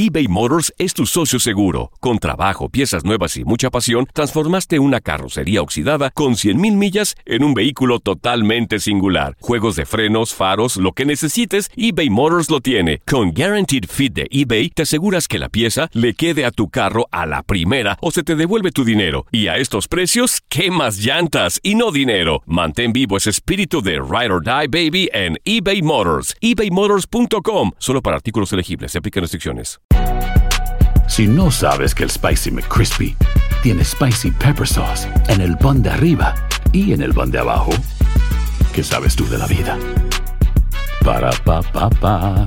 eBay Motors es tu socio seguro. Con trabajo, piezas nuevas y mucha pasión, transformaste una carrocería oxidada con 100,000 millas en un vehículo totalmente singular. Juegos de frenos, faros, lo que necesites, eBay Motors lo tiene. Con Guaranteed Fit de eBay, te aseguras que la pieza le quede a tu carro a la primera o se te devuelve tu dinero. Y a estos precios, ¿qué más llantas y no dinero? Mantén vivo ese espíritu de Ride or Die, baby, en eBay Motors. ebaymotors.com. Solo para artículos elegibles. Se aplican restricciones. Si no sabes que el Spicy McCrispy tiene Spicy Pepper Sauce en el pan de arriba y en el pan de abajo, ¿qué sabes tú de la vida? Para, pa, pa, pa.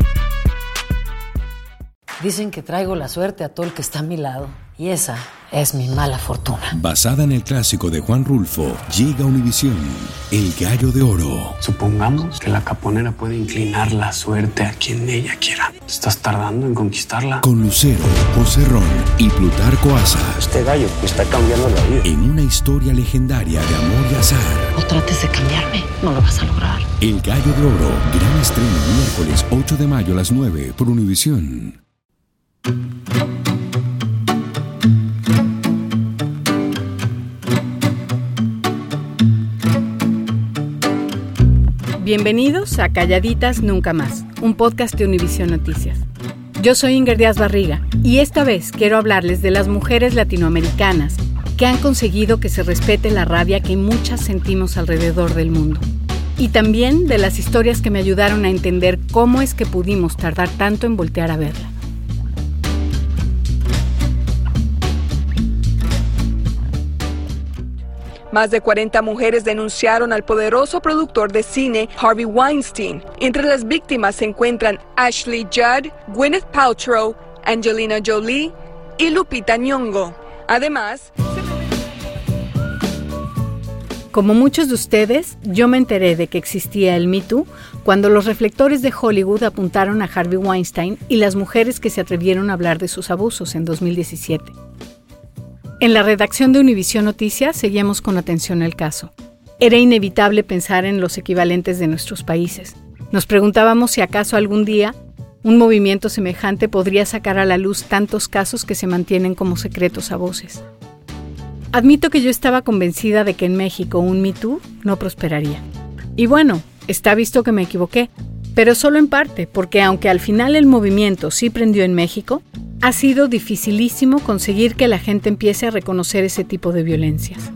Dicen que traigo la suerte a todo el que está a mi lado. Y esa es mi mala fortuna. Basada en el clásico de Juan Rulfo, llega a Univisión, El Gallo de Oro. Supongamos que la caponera puede inclinar la suerte a quien ella quiera. ¿Estás tardando en conquistarla? Con Lucero, José Ron y Plutarco Asa. Este gallo me está cambiando la vida. En una historia legendaria de amor y azar. No trates de cambiarme, no lo vas a lograr. El Gallo de Oro, gran estreno miércoles 8 de mayo a las 9 por Univisión. Bienvenidos a Calladitas Nunca Más, un podcast de Univisión Noticias. Yo soy Inger Díaz Barriga y esta vez quiero hablarles de las mujeres latinoamericanas que han conseguido que se respete la rabia que muchas sentimos alrededor del mundo. Y también de las historias que me ayudaron a entender cómo es que pudimos tardar tanto en voltear a verla. Más de 40 mujeres denunciaron al poderoso productor de cine Harvey Weinstein. Entre las víctimas se encuentran Ashley Judd, Gwyneth Paltrow, Angelina Jolie y Lupita Nyong'o. Además, como muchos de ustedes, yo me enteré de que existía el Me Too cuando los reflectores de Hollywood apuntaron a Harvey Weinstein y las mujeres que se atrevieron a hablar de sus abusos en 2017. En la redacción de Univisión Noticias seguíamos con atención el caso. Era inevitable pensar en los equivalentes de nuestros países. Nos preguntábamos si acaso algún día un movimiento semejante podría sacar a la luz tantos casos que se mantienen como secretos a voces. Admito que yo estaba convencida de que en México un Me Too no prosperaría. Y bueno, está visto que me equivoqué, pero solo en parte, porque aunque al final el movimiento sí prendió en México, ha sido dificilísimo conseguir que la gente empiece a reconocer ese tipo de violencias.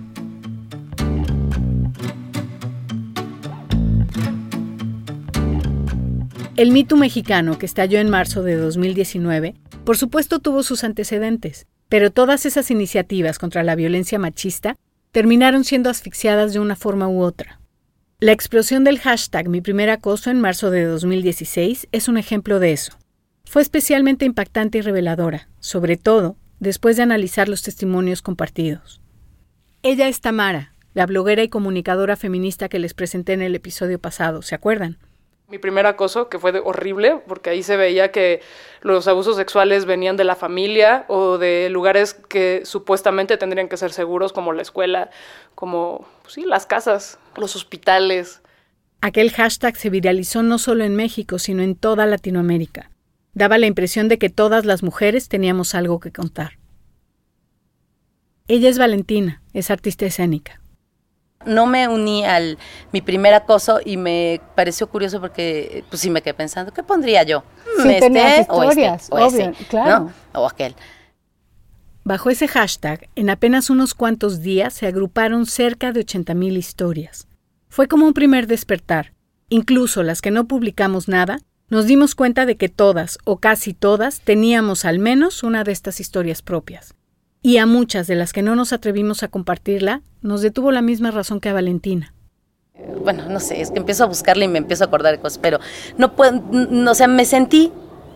El Me Too mexicano, que estalló en marzo de 2019, por supuesto tuvo sus antecedentes, pero todas esas iniciativas contra la violencia machista terminaron siendo asfixiadas de una forma u otra. La explosión del hashtag Mi Primer Acoso en marzo de 2016 es un ejemplo de eso. Fue especialmente impactante y reveladora, sobre todo después de analizar los testimonios compartidos. Ella es Tamara, la bloguera y comunicadora feminista que les presenté en el episodio pasado, ¿se acuerdan? Mi primer acoso, que fue horrible, porque ahí se veía que los abusos sexuales venían de la familia o de lugares que supuestamente tendrían que ser seguros, como la escuela, como las casas, los hospitales. Aquel hashtag se viralizó no solo en México, sino en toda Latinoamérica. Daba la impresión de que todas las mujeres teníamos algo que contar. Ella es Valentina, es artista escénica. No me uní al mi primer acoso y me pareció curioso porque sí me quedé pensando, ¿qué pondría yo? Sí, tenías historias, o ese, obvio, claro. ¿no? O aquel. Bajo ese hashtag, en apenas unos cuantos días se agruparon cerca de 80,000 historias. Fue como un primer despertar. Incluso las que no publicamos nada, nos dimos cuenta de que todas, o casi todas, teníamos al menos una de estas historias propias. Y a muchas de las que no nos atrevimos a compartirla, nos detuvo la misma razón que a Valentina. Bueno, no sé, es que empiezo a buscarla y me empiezo a acordar de cosas, pero no puedo, me sentí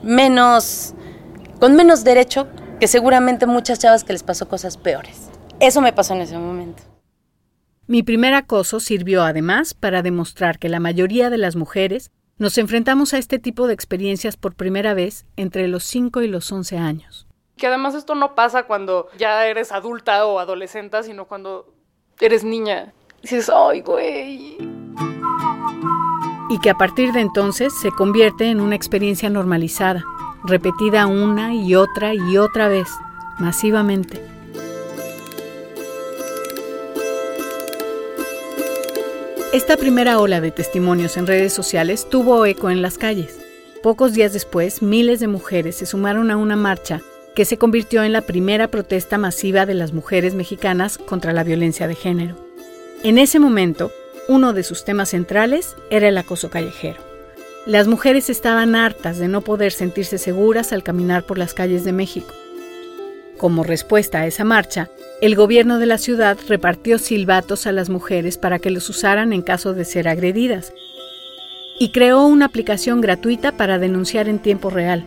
con menos derecho que seguramente muchas chavas que les pasó cosas peores. Eso me pasó en ese momento. Mi primer acoso sirvió además para demostrar que la mayoría de las mujeres nos enfrentamos a este tipo de experiencias por primera vez entre los 5 y los 11 años. Que además esto no pasa cuando ya eres adulta o adolescente, sino cuando eres niña. Dices, ¡ay, güey! Y que a partir de entonces se convierte en una experiencia normalizada, repetida una y otra vez, masivamente. Esta primera ola de testimonios en redes sociales tuvo eco en las calles. Pocos días después, miles de mujeres se sumaron a una marcha que se convirtió en la primera protesta masiva de las mujeres mexicanas contra la violencia de género. En ese momento, uno de sus temas centrales era el acoso callejero. Las mujeres estaban hartas de no poder sentirse seguras al caminar por las calles de México. Como respuesta a esa marcha, el gobierno de la ciudad repartió silbatos a las mujeres para que los usaran en caso de ser agredidas y creó una aplicación gratuita para denunciar en tiempo real.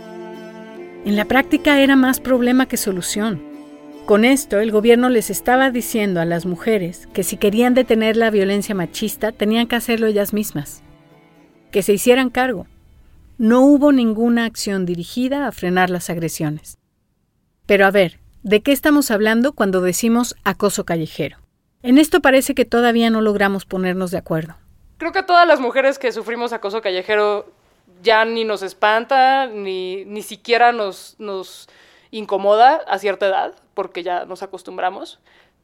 En la práctica era más problema que solución. Con esto, el gobierno les estaba diciendo a las mujeres que si querían detener la violencia machista, tenían que hacerlo ellas mismas, que se hicieran cargo. No hubo ninguna acción dirigida a frenar las agresiones. Pero a ver, ¿de qué estamos hablando cuando decimos acoso callejero? En esto parece que todavía no logramos ponernos de acuerdo. Creo que todas las mujeres que sufrimos acoso callejero ya ni nos espanta, ni siquiera nos incomoda a cierta edad, porque ya nos acostumbramos.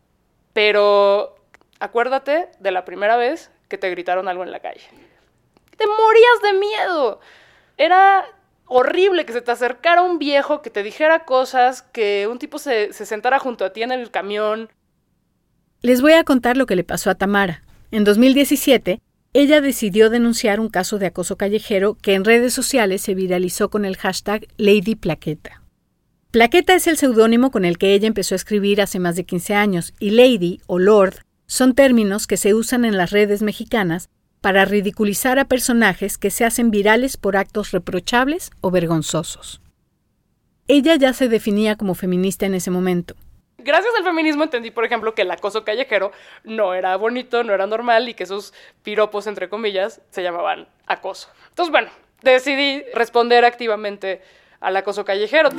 Pero acuérdate de la primera vez que te gritaron algo en la calle. Te morías de miedo. Era horrible que se te acercara un viejo, que te dijera cosas, que un tipo se sentara junto a ti en el camión. Les voy a contar lo que le pasó a Tamara. En 2017, ella decidió denunciar un caso de acoso callejero que en redes sociales se viralizó con el hashtag Lady Plaqueta. Plaqueta es el seudónimo con el que ella empezó a escribir hace más de 15 años, y Lady o Lord son términos que se usan en las redes mexicanas para ridiculizar a personajes que se hacen virales por actos reprochables o vergonzosos. Ella ya se definía como feminista en ese momento. Gracias al feminismo entendí, por ejemplo, que el acoso callejero no era bonito, no era normal y que esos piropos, entre comillas, se llamaban acoso. Entonces, bueno, decidí responder activamente al acoso callejero.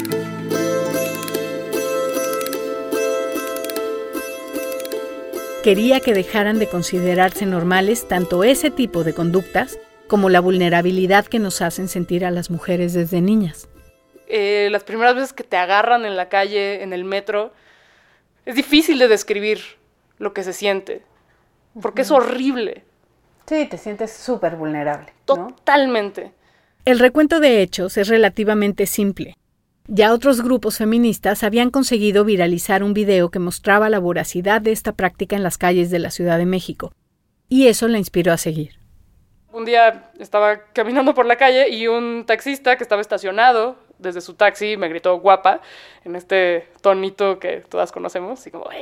Quería que dejaran de considerarse normales tanto ese tipo de conductas como la vulnerabilidad que nos hacen sentir a las mujeres desde niñas. Las primeras veces que te agarran en la calle, en el metro, es difícil de describir lo que se siente, porque es horrible. Sí, te sientes súper vulnerable, ¿no? Totalmente. El recuento de hechos es relativamente simple. Ya otros grupos feministas habían conseguido viralizar un video que mostraba la voracidad de esta práctica en las calles de la Ciudad de México, y eso la inspiró a seguir. Un día estaba caminando por la calle y un taxista que estaba estacionado desde su taxi me gritó guapa, en este tonito que todas conocemos, así como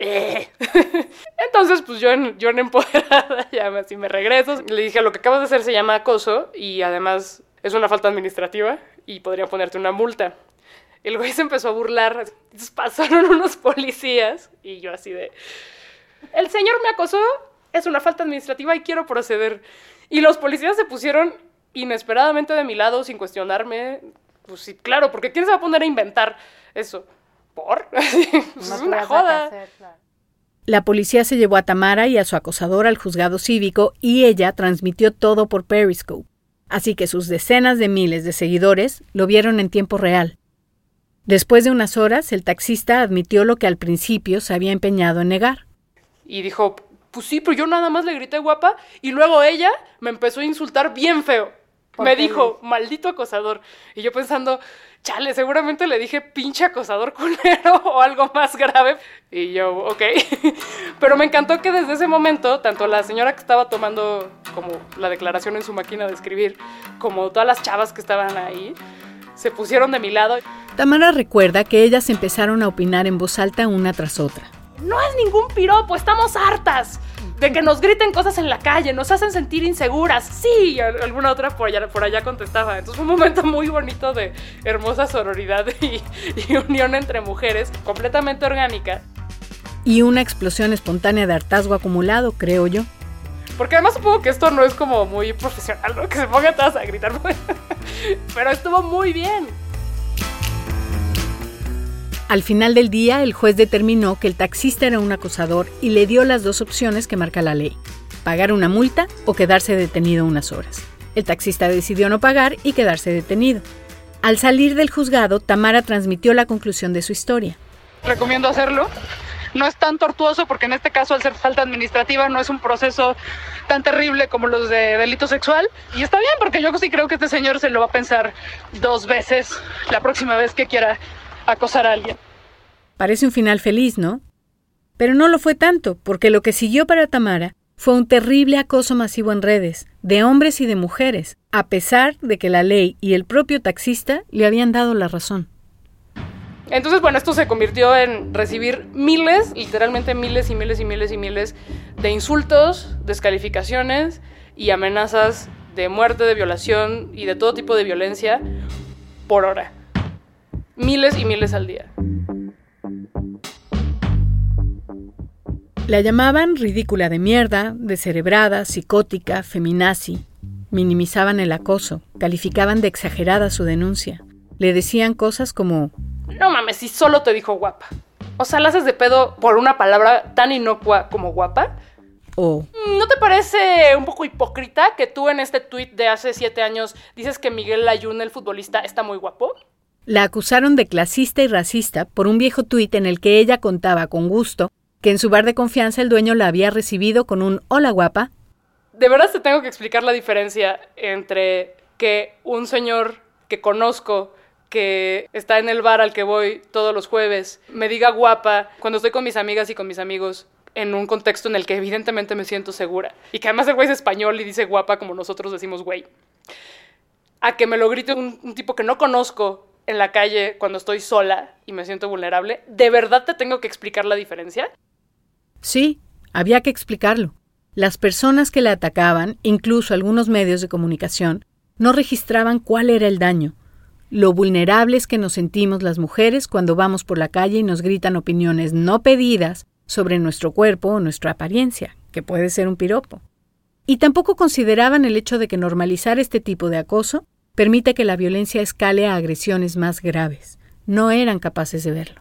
Entonces, pues yo en empoderada, ya así me regreso, le dije, lo que acabas de hacer se llama acoso y además es una falta administrativa y podría ponerte una multa. El güey se empezó a burlar, entonces pasaron unos policías y yo así de, el señor me acosó, es una falta administrativa y quiero proceder. Y los policías se pusieron inesperadamente de mi lado sin cuestionarme. Pues sí, claro, porque ¿quién se va a poner a inventar eso? ¿Por? Pues es una joda. Hacer, claro. La policía se llevó a Tamara y a su acosador al juzgado cívico y ella transmitió todo por Periscope. Así que sus decenas de miles de seguidores lo vieron en tiempo real. Después de unas horas, el taxista admitió lo que al principio se había empeñado en negar. Y dijo, pues sí, pero yo nada más le grité guapa y luego ella me empezó a insultar bien feo. Me dijo, maldito acosador. Y yo pensando, chale, seguramente le dije pinche acosador culero o algo más grave. Y yo, ok. Pero me encantó que desde ese momento, tanto la señora que estaba tomando como la declaración en su máquina de escribir, como todas las chavas que estaban ahí, se pusieron de mi lado. Tamara recuerda que ellas empezaron a opinar en voz alta una tras otra. No es ningún piropo, estamos hartas de que nos griten cosas en la calle, nos hacen sentir inseguras. Sí, y alguna otra por allá contestaba. Entonces fue un momento muy bonito de hermosa sororidad y unión entre mujeres, completamente orgánica. Y una explosión espontánea de hartazgo acumulado, creo yo. Porque además supongo que esto no es como muy profesional, ¿no? Que se pongan todas a gritar. Pero estuvo muy bien. Al final del día, el juez determinó que el taxista era un acosador y le dio las dos opciones que marca la ley: pagar una multa o quedarse detenido unas horas. El taxista decidió no pagar y quedarse detenido. Al salir del juzgado, Tamara transmitió la conclusión de su historia. Recomiendo hacerlo. No es tan tortuoso porque en este caso, al ser falta administrativa, no es un proceso tan terrible como los de delito sexual. Y está bien porque yo sí creo que este señor se lo va a pensar 2 veces la próxima vez que quiera acosar a alguien. Parece un final feliz, ¿no? Pero no lo fue tanto, porque lo que siguió para Tamara fue un terrible acoso masivo en redes, de hombres y de mujeres, a pesar de que la ley y el propio taxista le habían dado la razón. Entonces, bueno, esto se convirtió en recibir miles, literalmente miles y miles y miles y miles de insultos, descalificaciones y amenazas de muerte, de violación y de todo tipo de violencia por hora. Miles y miles al día. La llamaban ridícula de mierda, descerebrada, psicótica, feminazi. Minimizaban el acoso, calificaban de exagerada su denuncia. Le decían cosas como: no mames, si solo te dijo guapa. O sea, la haces de pedo por una palabra tan inocua como guapa. O ¿no te parece un poco hipócrita que tú en este tuit de hace 7 años dices que Miguel Layún, el futbolista, está muy guapo? La acusaron de clasista y racista por un viejo tuit en el que ella contaba con gusto que en su bar de confianza el dueño la había recibido con un hola guapa. De verdad te tengo que explicar la diferencia entre que un señor que conozco, que está en el bar al que voy todos los jueves, me diga guapa cuando estoy con mis amigas y con mis amigos en un contexto en el que evidentemente me siento segura. Y que además el güey es español y dice guapa como nosotros decimos güey. A que me lo grite un tipo que no conozco en la calle cuando estoy sola y me siento vulnerable. ¿De verdad te tengo que explicar la diferencia? Sí, había que explicarlo. Las personas que la atacaban, incluso algunos medios de comunicación, no registraban cuál era el daño. Lo vulnerables que nos sentimos las mujeres cuando vamos por la calle y nos gritan opiniones no pedidas sobre nuestro cuerpo o nuestra apariencia, que puede ser un piropo. Y tampoco consideraban el hecho de que normalizar este tipo de acoso permite que la violencia escale a agresiones más graves. No eran capaces de verlo.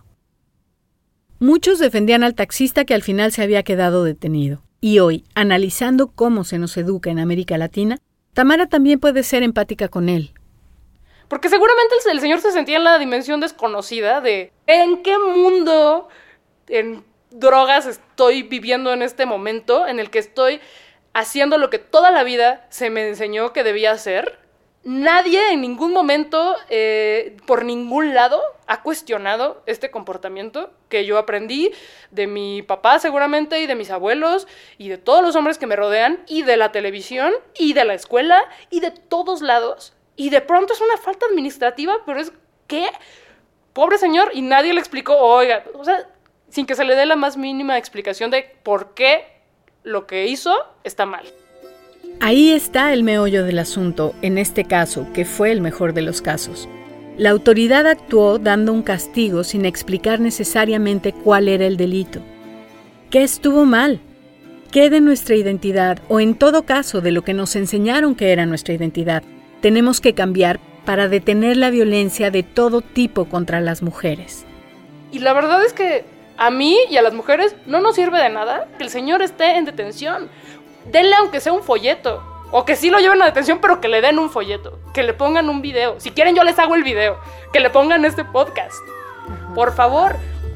Muchos defendían al taxista que al final se había quedado detenido. Y hoy, analizando cómo se nos educa en América Latina, Tamara también puede ser empática con él. Porque seguramente el señor se sentía en la dimensión desconocida de ¿en qué mundo, en drogas estoy viviendo en este momento en el que estoy haciendo lo que toda la vida se me enseñó que debía hacer? Nadie en ningún momento, por ningún lado, ha cuestionado este comportamiento que yo aprendí de mi papá seguramente y de mis abuelos y de todos los hombres que me rodean y de la televisión y de la escuela y de todos lados. Y de pronto es una falta administrativa, pero es ¿qué? Pobre señor, y nadie le explicó, oiga, o sea, sin que se le dé la más mínima explicación de por qué lo que hizo está mal. Ahí está el meollo del asunto, en este caso, que fue el mejor de los casos. La autoridad actuó dando un castigo sin explicar necesariamente cuál era el delito. ¿Qué estuvo mal? ¿Qué de nuestra identidad, o en todo caso de lo que nos enseñaron que era nuestra identidad, tenemos que cambiar para detener la violencia de todo tipo contra las mujeres? Y la verdad es que a mí y a las mujeres no nos sirve de nada que el señor esté en detención. Denle aunque sea un folleto. O que sí lo lleven a detención, pero que le den un folleto. Que le pongan un video. Si quieren yo les hago el video. Que le pongan este podcast. Por favor.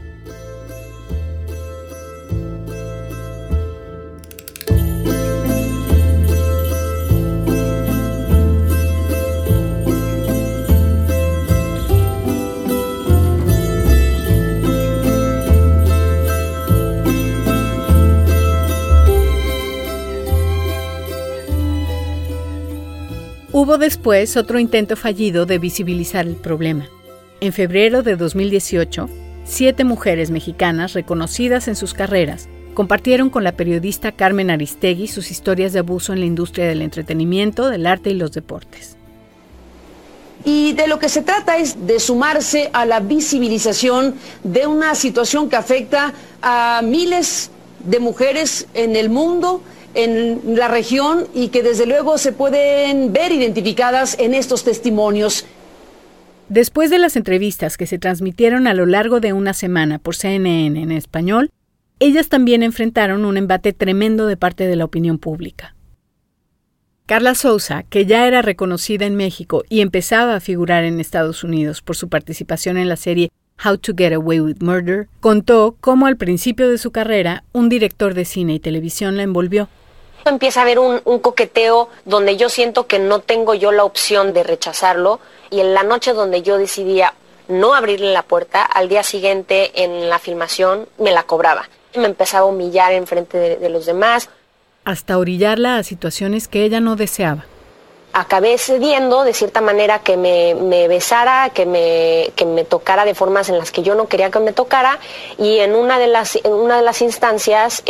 Hubo después otro intento fallido de visibilizar el problema. En febrero de 2018, 7 mujeres mexicanas reconocidas en sus carreras compartieron con la periodista Carmen Aristegui sus historias de abuso en la industria del entretenimiento, del arte y los deportes. Y de lo que se trata es de sumarse a la visibilización de una situación que afecta a miles de mujeres en el mundo, en la región, y que desde luego se pueden ver identificadas en estos testimonios. Después de las entrevistas que se transmitieron a lo largo de una semana por CNN en español, ellas también enfrentaron un embate tremendo de parte de la opinión pública. Carla Souza, que ya era reconocida en México y empezaba a figurar en Estados Unidos por su participación en la serie How to Get Away with Murder, contó cómo al principio de su carrera un director de cine y televisión la envolvió. Empieza a haber un coqueteo donde yo siento que no tengo yo la opción de rechazarlo, y en la noche donde yo decidía no abrirle la puerta, al día siguiente en la filmación me la cobraba. Me empezaba a humillar en frente de los demás. Hasta orillarla a situaciones que ella no deseaba. Acabé cediendo de cierta manera que me besara, que me tocara de formas en las que yo no quería que me tocara, y en una de las instancias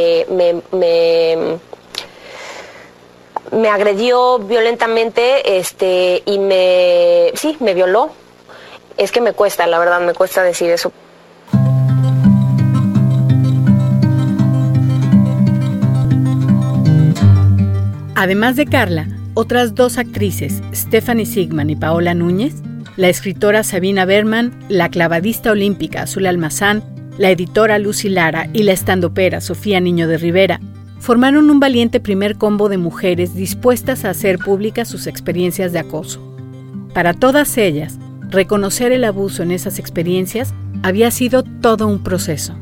me agredió violentamente y me violó. Es que me cuesta, la verdad, me cuesta decir eso. Además de Carla, otras 2 actrices, Stephanie Sigman y Paola Núñez, la escritora Sabina Berman, la clavadista olímpica Azul Almazán, la editora Lucy Lara y la estandopera Sofía Niño de Rivera, formaron un valiente primer combo de mujeres dispuestas a hacer públicas sus experiencias de acoso. Para todas ellas, reconocer el abuso en esas experiencias había sido todo un proceso.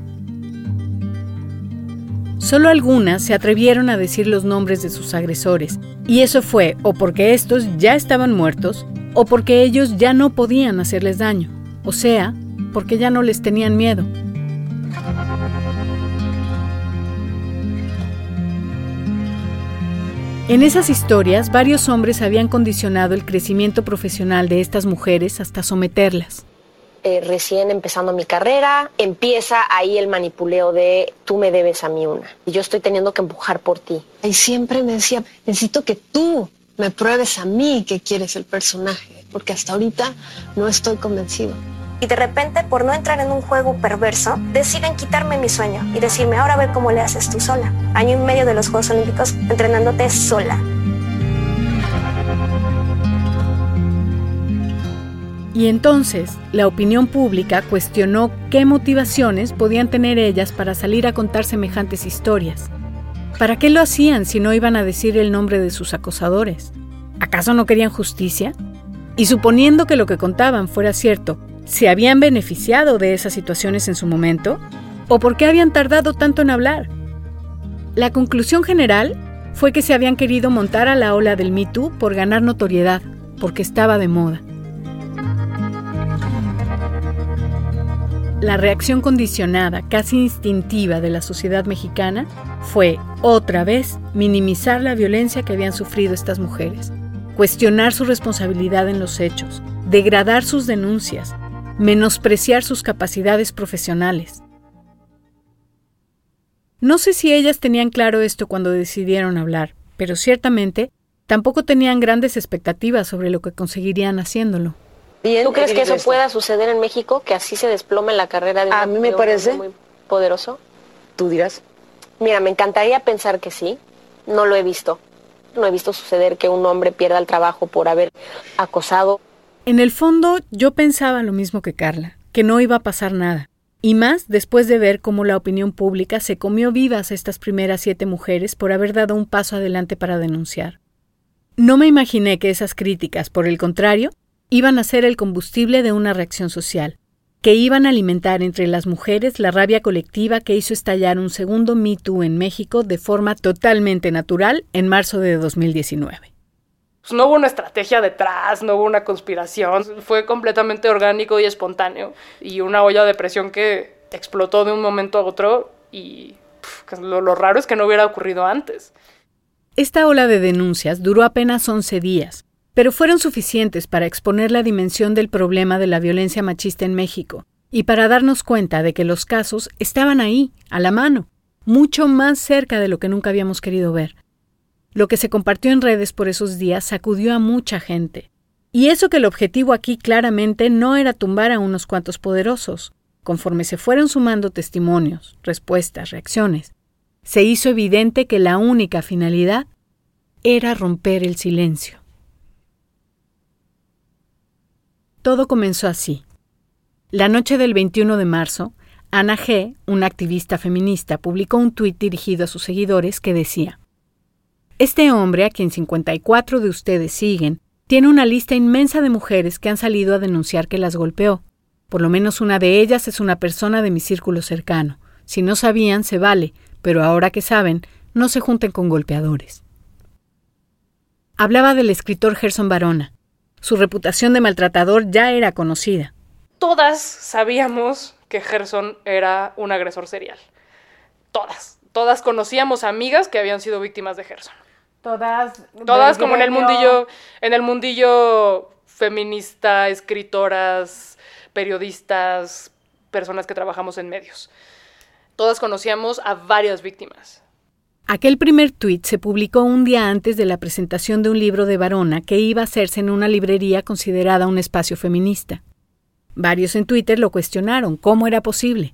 Solo algunas se atrevieron a decir los nombres de sus agresores, y eso fue o porque estos ya estaban muertos o porque ellos ya no podían hacerles daño, o sea, porque ya no les tenían miedo. En esas historias, varios hombres habían condicionado el crecimiento profesional de estas mujeres hasta someterlas. Recién empezando mi carrera, empieza ahí el manipuleo de tú me debes a mí una, y yo estoy teniendo que empujar por ti. Y siempre me decía, necesito que tú me pruebes a mí que quieres el personaje, porque hasta ahorita no estoy convencido. Y de repente, por no entrar en un juego perverso, deciden quitarme mi sueño y decirme, ahora ve cómo le haces tú sola. Año y medio de los Juegos Olímpicos entrenándote sola. Y entonces, la opinión pública cuestionó qué motivaciones podían tener ellas para salir a contar semejantes historias. ¿Para qué lo hacían si no iban a decir el nombre de sus acosadores? ¿Acaso no querían justicia? Y suponiendo que lo que contaban fuera cierto, ¿se habían beneficiado de esas situaciones en su momento? ¿O por qué habían tardado tanto en hablar? La conclusión general fue que se habían querido montar a la ola del Me Too por ganar notoriedad, porque estaba de moda. La reacción condicionada, casi instintiva de la sociedad mexicana fue, otra vez, minimizar la violencia que habían sufrido estas mujeres, cuestionar su responsabilidad en los hechos, degradar sus denuncias, menospreciar sus capacidades profesionales. No sé si ellas tenían claro esto cuando decidieron hablar, pero ciertamente tampoco tenían grandes expectativas sobre lo que conseguirían haciéndolo. ¿Tú crees que eso pueda suceder en México? ¿Que así se desplome la carrera de un hombre muy poderoso? ¿Tú dirás? Mira, me encantaría pensar que sí. No lo he visto. No he visto suceder que un hombre pierda el trabajo por haber acosado. En el fondo, yo pensaba lo mismo que Carla, que no iba a pasar nada. Y más después de ver cómo la opinión pública se comió vivas a estas primeras 7 mujeres por haber dado un paso adelante para denunciar. No me imaginé que esas críticas, por el contrario, iban a ser el combustible de una reacción social, que iban a alimentar entre las mujeres la rabia colectiva que hizo estallar un segundo Me Too en México de forma totalmente natural en marzo de 2019. Pues no hubo una estrategia detrás, no hubo una conspiración, fue completamente orgánico y espontáneo, y una olla de presión que explotó de un momento a otro, y lo raro es que no hubiera ocurrido antes. Esta ola de denuncias duró apenas 11 días, pero fueron suficientes para exponer la dimensión del problema de la violencia machista en México y para darnos cuenta de que los casos estaban ahí, a la mano, mucho más cerca de lo que nunca habíamos querido ver. Lo que se compartió en redes por esos días sacudió a mucha gente. Y eso que el objetivo aquí claramente no era tumbar a unos cuantos poderosos. Conforme se fueron sumando testimonios, respuestas, reacciones, se hizo evidente que la única finalidad era romper el silencio. Todo comenzó así. La noche del 21 de marzo, Ana G., una activista feminista, publicó un tuit dirigido a sus seguidores que decía: Este hombre, a quien 54 de ustedes siguen, tiene una lista inmensa de mujeres que han salido a denunciar que las golpeó. Por lo menos una de ellas es una persona de mi círculo cercano. Si no sabían, se vale, pero ahora que saben, no se junten con golpeadores. Hablaba del escritor Gerson Barona. Su reputación de maltratador ya era conocida. Todas sabíamos que Gerson era un agresor serial. Todas conocíamos amigas que habían sido víctimas de Gerson. Todas como en el mundillo feminista, escritoras, periodistas, personas que trabajamos en medios. Todas conocíamos a varias víctimas. Aquel primer tuit se publicó un día antes de la presentación de un libro de Barona que iba a hacerse en una librería considerada un espacio feminista. Varios en Twitter lo cuestionaron, ¿cómo era posible?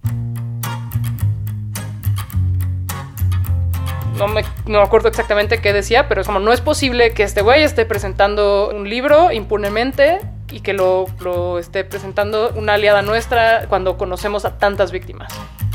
No me acuerdo exactamente qué decía, pero es como, no es posible que este güey esté presentando un libro impunemente y que lo esté presentando una aliada nuestra cuando conocemos a tantas víctimas.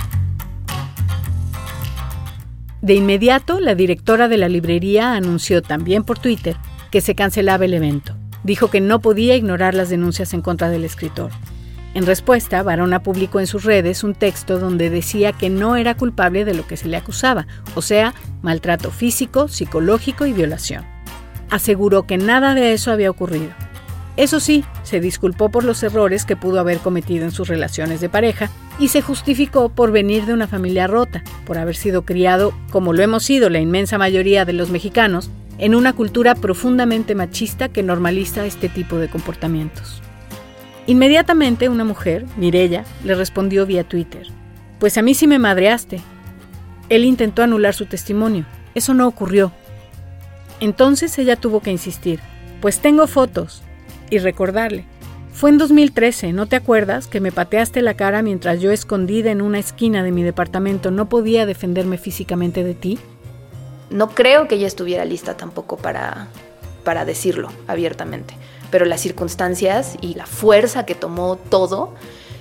De inmediato, la directora de la librería anunció también por Twitter que se cancelaba el evento. Dijo que no podía ignorar las denuncias en contra del escritor. En respuesta, Barona publicó en sus redes un texto donde decía que no era culpable de lo que se le acusaba, o sea, maltrato físico, psicológico y violación. Aseguró que nada de eso había ocurrido. Eso sí, se disculpó por los errores que pudo haber cometido en sus relaciones de pareja y se justificó por venir de una familia rota, por haber sido criado, como lo hemos sido la inmensa mayoría de los mexicanos, en una cultura profundamente machista que normaliza este tipo de comportamientos. Inmediatamente una mujer, Mireya, le respondió vía Twitter: «Pues a mí sí me madreaste». Él intentó anular su testimonio. Eso no ocurrió. Entonces ella tuvo que insistir: «Pues tengo fotos». Y recordarle: «Fue en 2013, ¿no te acuerdas que me pateaste la cara mientras yo, escondida en una esquina de mi departamento, no podía defenderme físicamente de ti?» No creo que ella estuviera lista tampoco para decirlo abiertamente, pero las circunstancias y la fuerza que tomó todo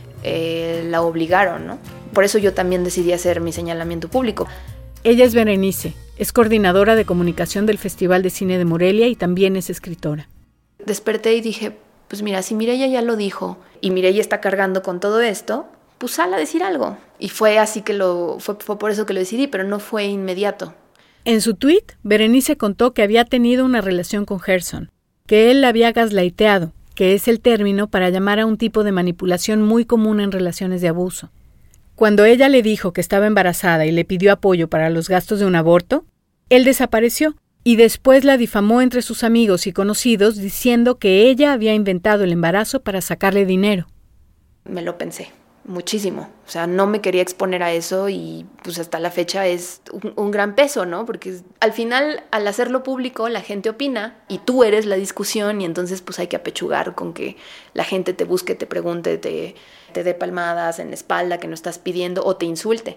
la obligaron, ¿no? Por eso yo también decidí hacer mi señalamiento público. Ella es Berenice, es coordinadora de comunicación del Festival de Cine de Morelia y también es escritora. Desperté y dije, pues mira, si Mireya ya lo dijo y Mireya está cargando con todo esto, pues sal a decir algo. Y fue así que fue por eso que lo decidí, pero no fue inmediato. En su tuit, Berenice contó que había tenido una relación con Gerson, que él la había gaslighteado, que es el término para llamar a un tipo de manipulación muy común en relaciones de abuso. Cuando ella le dijo que estaba embarazada y le pidió apoyo para los gastos de un aborto, él desapareció y después la difamó entre sus amigos y conocidos diciendo que ella había inventado el embarazo para sacarle dinero. Me lo pensé muchísimo, o sea, no me quería exponer a eso y pues hasta la fecha es un gran peso, ¿no? Porque al final, al hacerlo público, la gente opina y tú eres la discusión y entonces pues hay que apechugar con que la gente te busque, te pregunte, te dé palmadas en la espalda que no estás pidiendo o te insulte.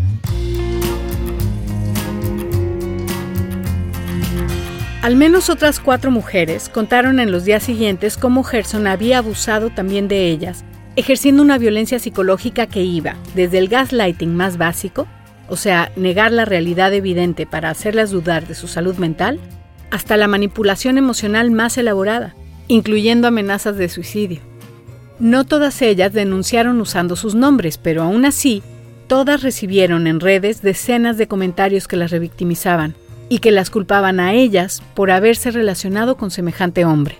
Al menos otras 4 mujeres contaron en los días siguientes cómo Gerson había abusado también de ellas, ejerciendo una violencia psicológica que iba desde el gaslighting más básico, o sea, negar la realidad evidente para hacerlas dudar de su salud mental, hasta la manipulación emocional más elaborada, incluyendo amenazas de suicidio. No todas ellas denunciaron usando sus nombres, pero aún así, todas recibieron en redes decenas de comentarios que las revictimizaban y que las culpaban a ellas por haberse relacionado con semejante hombre.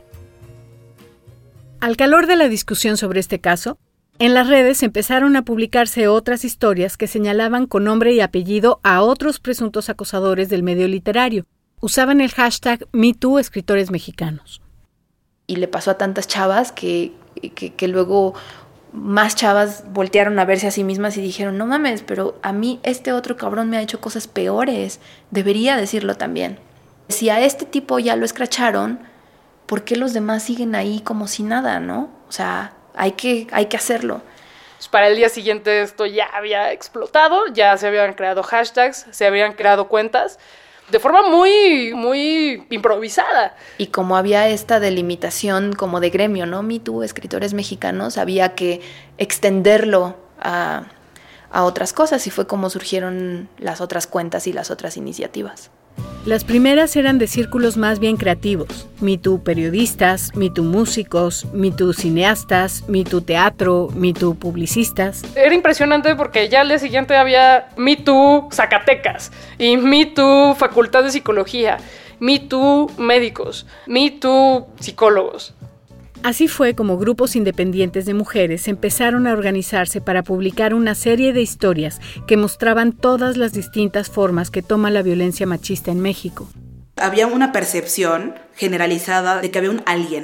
Al calor de la discusión sobre este caso, en las redes empezaron a publicarse otras historias que señalaban con nombre y apellido a otros presuntos acosadores del medio literario. Usaban el hashtag #MeToo escritores mexicanos. Y le pasó a tantas chavas que luego más chavas voltearon a verse a sí mismas y dijeron, no mames, pero a mí este otro cabrón me ha hecho cosas peores, debería decirlo también. Si a este tipo ya lo escracharon, ¿por qué los demás siguen ahí como si nada, no? O sea, hay que hacerlo. Para el día siguiente esto ya había explotado, ya se habían creado hashtags, se habían creado cuentas, de forma muy, muy improvisada. Y como había esta delimitación como de gremio, ¿no? MeToo, escritores mexicanos, había que extenderlo a otras cosas y fue como surgieron las otras cuentas y las otras iniciativas. Las primeras eran de círculos más bien creativos. Me Too periodistas, Me Too músicos, Me Too cineastas, Me Too teatro, Me Too publicistas. Era impresionante porque ya al día siguiente había Me Too Zacatecas y Me Too Facultad de Psicología, Me Too médicos, Me Too psicólogos. Así fue como grupos independientes de mujeres empezaron a organizarse para publicar una serie de historias que mostraban todas las distintas formas que toma la violencia machista en México. Había una percepción generalizada de que había un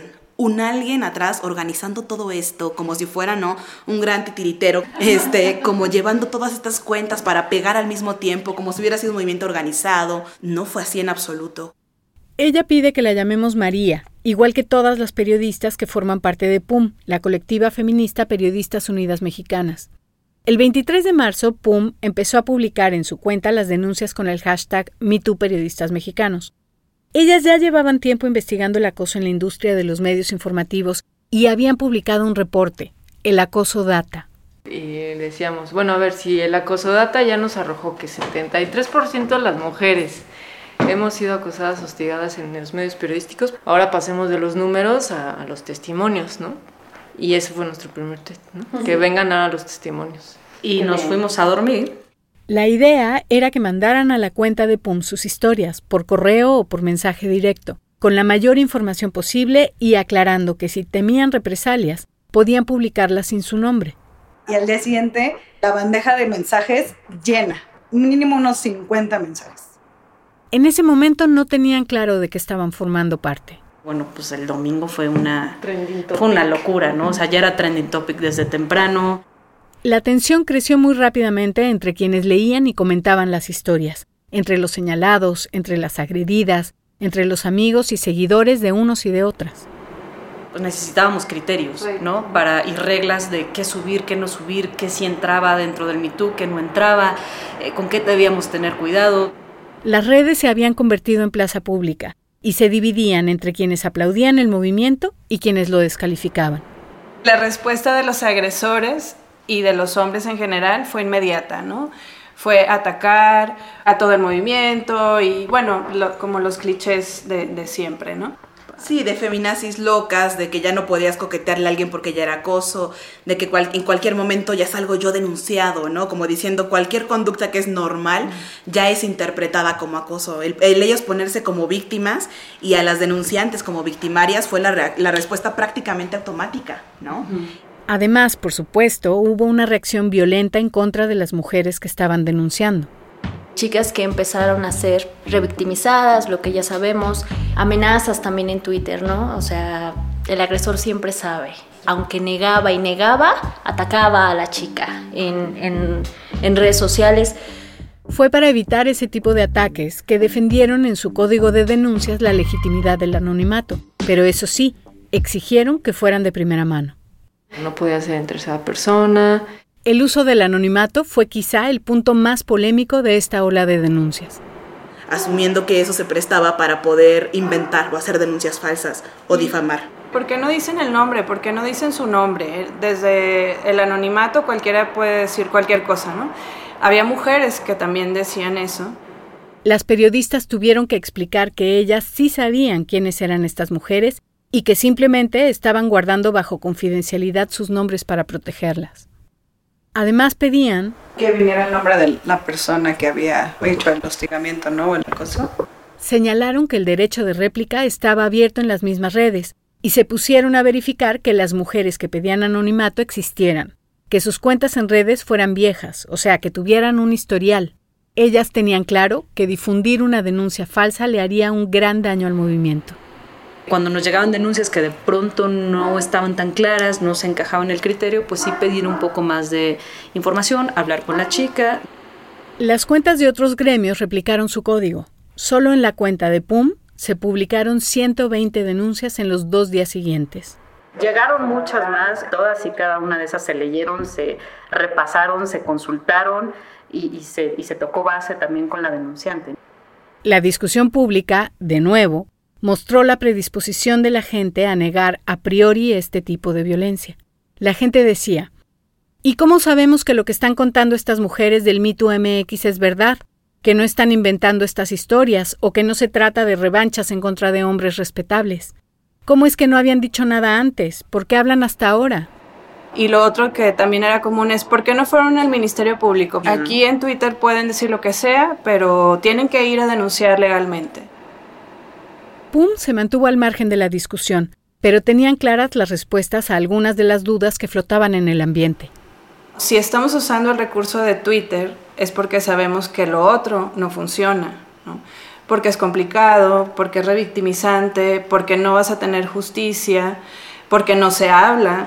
alguien atrás organizando todo esto, como si fuera, ¿no?, un gran titiritero, como llevando todas estas cuentas para pegar al mismo tiempo, como si hubiera sido un movimiento organizado. No fue así en absoluto. Ella pide que la llamemos María, igual que todas las periodistas que forman parte de PUM, la colectiva feminista Periodistas Unidas Mexicanas. El 23 de marzo, PUM empezó a publicar en su cuenta las denuncias con el hashtag #MeTooPeriodistas Mexicanos. Ellas ya llevaban tiempo investigando el acoso en la industria de los medios informativos y habían publicado un reporte, El Acoso Data. Y decíamos, bueno, a ver, si el acoso data ya nos arrojó que 73% de las mujeres hemos sido acosadas, hostigadas en los medios periodísticos, ahora pasemos de los números a los testimonios, ¿no? Y ese fue nuestro primer test, ¿no? Uh-huh. Que vengan a los testimonios. Y nos fuimos a dormir. La idea era que mandaran a la cuenta de PUM sus historias, por correo o por mensaje directo, con la mayor información posible y aclarando que si temían represalias, podían publicarlas sin su nombre. Y al día siguiente, la bandeja de mensajes llena, mínimo unos 50 mensajes. En ese momento no tenían claro de qué estaban formando parte. Bueno, pues el domingo fue una locura, ¿no? O sea, ya era trending topic desde temprano. La tensión creció muy rápidamente entre quienes leían y comentaban las historias, entre los señalados, entre las agredidas, entre los amigos y seguidores de unos y de otras. Pues necesitábamos criterios, ¿no? Y reglas de qué subir, qué no subir, qué sí entraba dentro del Me Too, qué no entraba, con qué debíamos tener cuidado. Las redes se habían convertido en plaza pública y se dividían entre quienes aplaudían el movimiento y quienes lo descalificaban. La respuesta de los agresores y de los hombres en general fue inmediata, ¿no? Fue atacar a todo el movimiento y, bueno, como los clichés de siempre, ¿no? Sí, de feminazis locas, de que ya no podías coquetearle a alguien porque ya era acoso, de que en cualquier momento ya salgo yo denunciado, ¿no? Como diciendo cualquier conducta que es normal ya es interpretada como acoso. El ellos ponerse como víctimas y a las denunciantes como victimarias fue la respuesta prácticamente automática, ¿no? Además, por supuesto, hubo una reacción violenta en contra de las mujeres que estaban denunciando. Chicas que empezaron a ser revictimizadas, lo que ya sabemos, amenazas también en Twitter, ¿no? O sea, el agresor siempre sabe. Aunque negaba y negaba, atacaba a la chica en redes sociales. Fue para evitar ese tipo de ataques que defendieron en su código de denuncias la legitimidad del anonimato. Pero eso sí, exigieron que fueran de primera mano. No podía ser en tercera persona. El uso del anonimato fue quizá el punto más polémico de esta ola de denuncias. Asumiendo que eso se prestaba para poder inventar o hacer denuncias falsas o difamar. ¿Por qué no dicen el nombre? ¿Por qué no dicen su nombre? Desde el anonimato cualquiera puede decir cualquier cosa, ¿no? Había mujeres que también decían eso. Las periodistas tuvieron que explicar que ellas sí sabían quiénes eran estas mujeres y que simplemente estaban guardando bajo confidencialidad sus nombres para protegerlas. Además pedían que viniera el nombre de la persona que había hecho el hostigamiento, ¿no? O el acoso. Señalaron que el derecho de réplica estaba abierto en las mismas redes y se pusieron a verificar que las mujeres que pedían anonimato existieran, que sus cuentas en redes fueran viejas, o sea, que tuvieran un historial. Ellas tenían claro que difundir una denuncia falsa le haría un gran daño al movimiento. Cuando nos llegaban denuncias que de pronto no estaban tan claras, no se encajaban en el criterio, pues sí pedir un poco más de información, hablar con la chica. Las cuentas de otros gremios replicaron su código. Solo en la cuenta de PUM se publicaron 120 denuncias en los 2 días siguientes. Llegaron muchas más, todas y cada una de esas se leyeron, se repasaron, se consultaron y se tocó base también con la denunciante. La discusión pública, de nuevo, mostró la predisposición de la gente a negar a priori este tipo de violencia. La gente decía, ¿y cómo sabemos que lo que están contando estas mujeres del Me Too MX es verdad? que no están inventando estas historias o que no se trata de revanchas en contra de hombres respetables. ¿Cómo es que no habían dicho nada antes? ¿Por qué hablan hasta ahora? Y lo otro que también era común es ¿por qué no fueron al Ministerio Público? Aquí en Twitter pueden decir lo que sea, pero tienen que ir a denunciar legalmente. PUM se mantuvo al margen de la discusión, pero tenían claras las respuestas a algunas de las dudas que flotaban en el ambiente. Si estamos usando el recurso de Twitter es porque sabemos que lo otro no funciona, ¿no? Porque es complicado, porque es revictimizante, porque no vas a tener justicia, porque no se habla.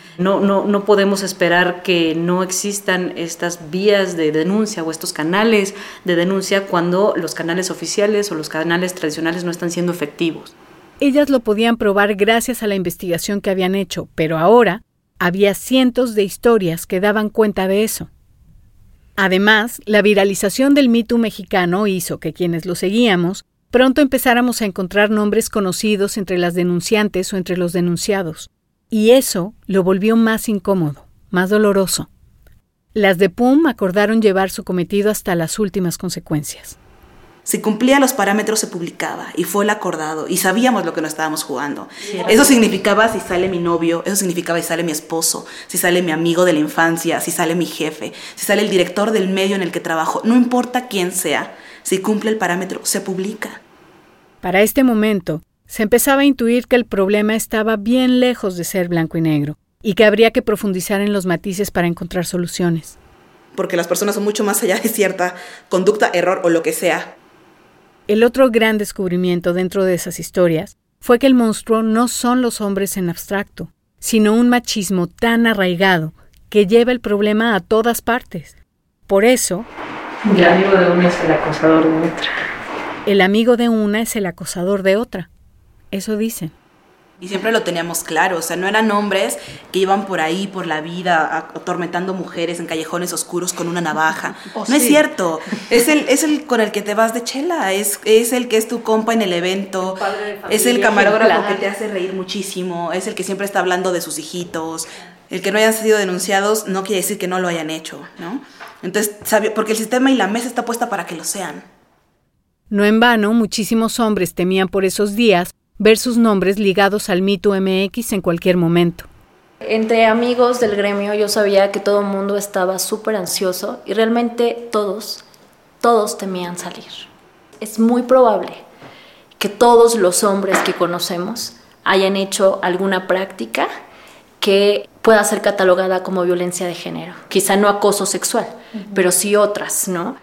No podemos esperar que no existan estas vías de denuncia o estos canales de denuncia cuando los canales oficiales o los canales tradicionales no están siendo efectivos. Ellas lo podían probar gracias a la investigación que habían hecho, pero ahora había cientos de historias que daban cuenta de eso. Además, la viralización del Me Too mexicano hizo que quienes lo seguíamos pronto empezáramos a encontrar nombres conocidos entre las denunciantes o entre los denunciados. Y eso lo volvió más incómodo, más doloroso. Las de PUM acordaron llevar su cometido hasta las últimas consecuencias. Si cumplía los parámetros se publicaba y fue el acordado y sabíamos lo que nos estábamos jugando. Eso significaba si sale mi novio, eso significaba si sale mi esposo, si sale mi amigo de la infancia, si sale mi jefe, si sale el director del medio en el que trabajo, no importa quién sea, si cumple el parámetro se publica. Para este momento, se empezaba a intuir que el problema estaba bien lejos de ser blanco y negro y que habría que profundizar en los matices para encontrar soluciones. Porque las personas son mucho más allá de cierta conducta, error o lo que sea. El otro gran descubrimiento dentro de esas historias fue que el monstruo no son los hombres en abstracto, sino un machismo tan arraigado que lleva el problema a todas partes. Por eso, el amigo de una es el acosador de otra. El amigo de una es el acosador de otra. Eso dicen. Y siempre lo teníamos claro, o sea, no eran hombres que iban por ahí, por la vida, atormentando mujeres en callejones oscuros con una navaja. No sí. Es cierto, es el con el que te vas de chela, es el que es tu compa en el evento, es el camarógrafo que te hace reír muchísimo, es el que siempre está hablando de sus hijitos. El que no hayan sido denunciados no quiere decir que no lo hayan hecho, ¿no? Entonces, porque el sistema y la mesa está puesta para que lo sean. No en vano, muchísimos hombres temían por esos días ver sus nombres ligados al Me Too MX en cualquier momento. Entre amigos del gremio yo sabía que todo el mundo estaba súper ansioso y realmente todos temían salir. Es muy probable que todos los hombres que conocemos hayan hecho alguna práctica que pueda ser catalogada como violencia de género. Quizá no acoso sexual, pero sí otras, ¿no?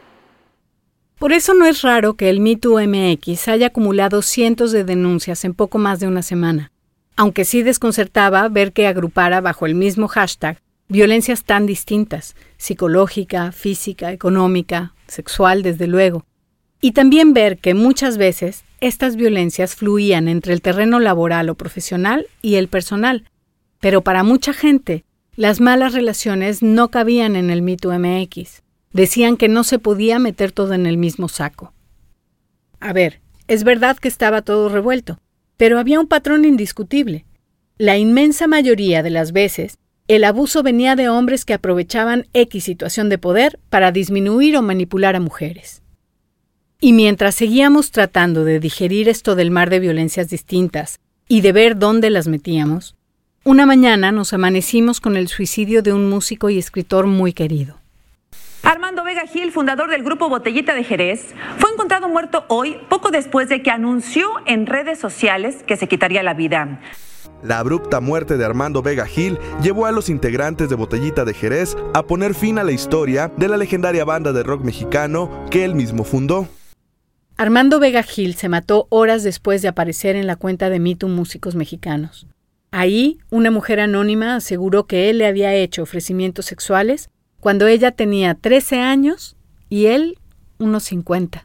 Por eso no es raro que el Me Too MX haya acumulado cientos de denuncias en poco más de una semana, aunque sí desconcertaba ver que agrupara bajo el mismo hashtag violencias tan distintas, psicológica, física, económica, sexual, desde luego, y también ver que muchas veces estas violencias fluían entre el terreno laboral o profesional y el personal, pero para mucha gente las malas relaciones no cabían en el Me Too MX. Decían que no se podía meter todo en el mismo saco. A ver, es verdad que estaba todo revuelto, pero había un patrón indiscutible. La inmensa mayoría de las veces, el abuso venía de hombres que aprovechaban X situación de poder para disminuir o manipular a mujeres. Y mientras seguíamos tratando de digerir esto del mar de violencias distintas y de ver dónde las metíamos, una mañana nos amanecimos con el suicidio de un músico y escritor muy querido. Armando Vega Gil, fundador del grupo Botellita de Jerez, fue encontrado muerto hoy, poco después de que anunció en redes sociales que se quitaría la vida. La abrupta muerte de Armando Vega Gil llevó a los integrantes de Botellita de Jerez a poner fin a la historia de la legendaria banda de rock mexicano que él mismo fundó. Armando Vega Gil se mató horas después de aparecer en la cuenta de Me Too Músicos Mexicanos. Ahí, una mujer anónima aseguró que él le había hecho ofrecimientos sexuales cuando ella tenía 13 años y él unos 50.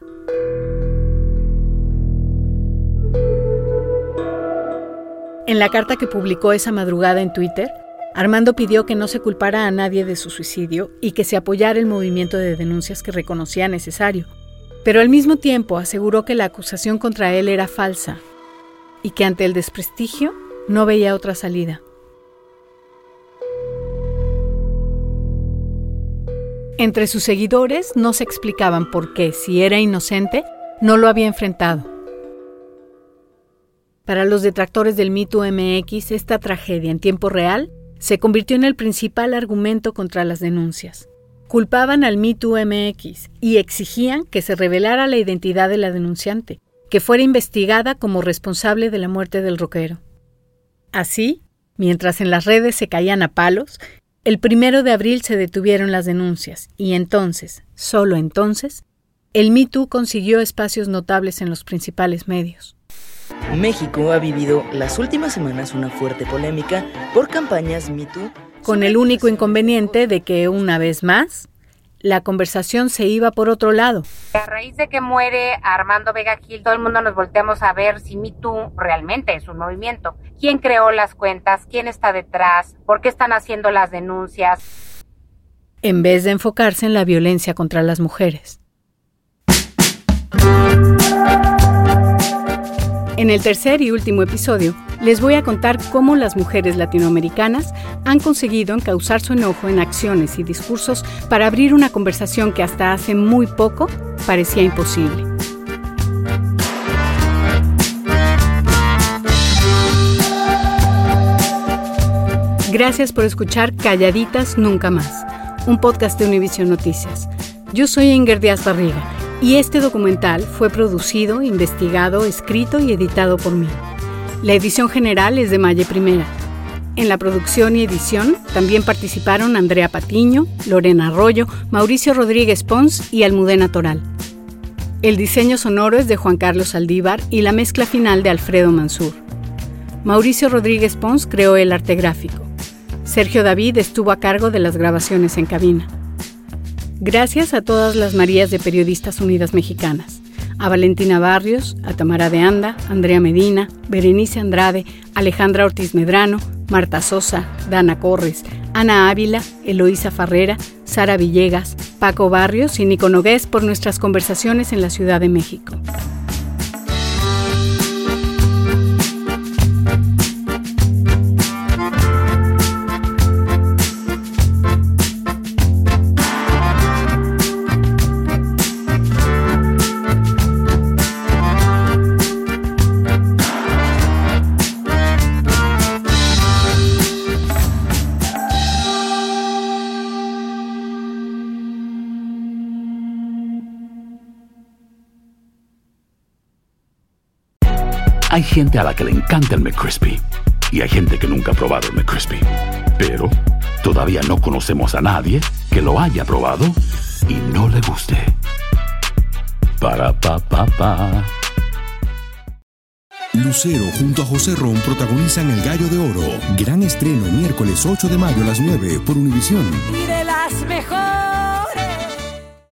En la carta que publicó esa madrugada en Twitter, Armando pidió que no se culpara a nadie de su suicidio y que se apoyara el movimiento de denuncias que reconocía necesario, pero al mismo tiempo aseguró que la acusación contra él era falsa y que ante el desprestigio no veía otra salida. Entre sus seguidores no se explicaban por qué, si era inocente, no lo había enfrentado. Para los detractores del Me Too MX, esta tragedia en tiempo real se convirtió en el principal argumento contra las denuncias. Culpaban al Me Too MX y exigían que se revelara la identidad de la denunciante, que fuera investigada como responsable de la muerte del rockero. Así, mientras en las redes se caían a palos, el 1 de abril se detuvieron las denuncias y entonces, solo entonces, el Me Too consiguió espacios notables en los principales medios. México ha vivido las últimas semanas una fuerte polémica por campañas Me Too, con el único inconveniente de que, una vez más, la conversación se iba por otro lado. A raíz de que muere Armando Vega Gil, todo el mundo nos volteamos a ver si Me Too realmente es un movimiento. ¿Quién creó las cuentas? ¿Quién está detrás? ¿Por qué están haciendo las denuncias? En vez de enfocarse en la violencia contra las mujeres. En el tercer y último episodio, les voy a contar cómo las mujeres latinoamericanas han conseguido encauzar su enojo en acciones y discursos para abrir una conversación que hasta hace muy poco parecía imposible. Gracias por escuchar Calladitas Nunca Más, un podcast de Univision Noticias. Yo soy Inger Díaz Barriga y este documental fue producido, investigado, escrito y editado por mí. La edición general es de Maye Primera. En la producción y edición también participaron Andrea Patiño, Lorena Arroyo, Mauricio Rodríguez Pons y Almudena Toral. El diseño sonoro es de Juan Carlos Aldívar y la mezcla final de Alfredo Mansur. Mauricio Rodríguez Pons creó el arte gráfico. Sergio David estuvo a cargo de las grabaciones en cabina. Gracias a todas las Marías de Periodistas Unidas Mexicanas, a Valentina Barrios, a Tamara de Anda, Andrea Medina, Berenice Andrade, Alejandra Ortiz Medrano, Marta Sosa, Dana Corres, Ana Ávila, Eloísa Farrera, Sara Villegas, Paco Barrios y Nico Nogués por nuestras conversaciones en la Ciudad de México. Hay gente a la que le encanta el McCrispy y hay gente que nunca ha probado el McCrispy. Pero todavía no conocemos a nadie que lo haya probado y no le guste. Para pa pa pa. Lucero junto a José Ron protagonizan El Gallo de Oro. Gran estreno miércoles 8 de mayo a las 9 por Univisión. Y de las mejores.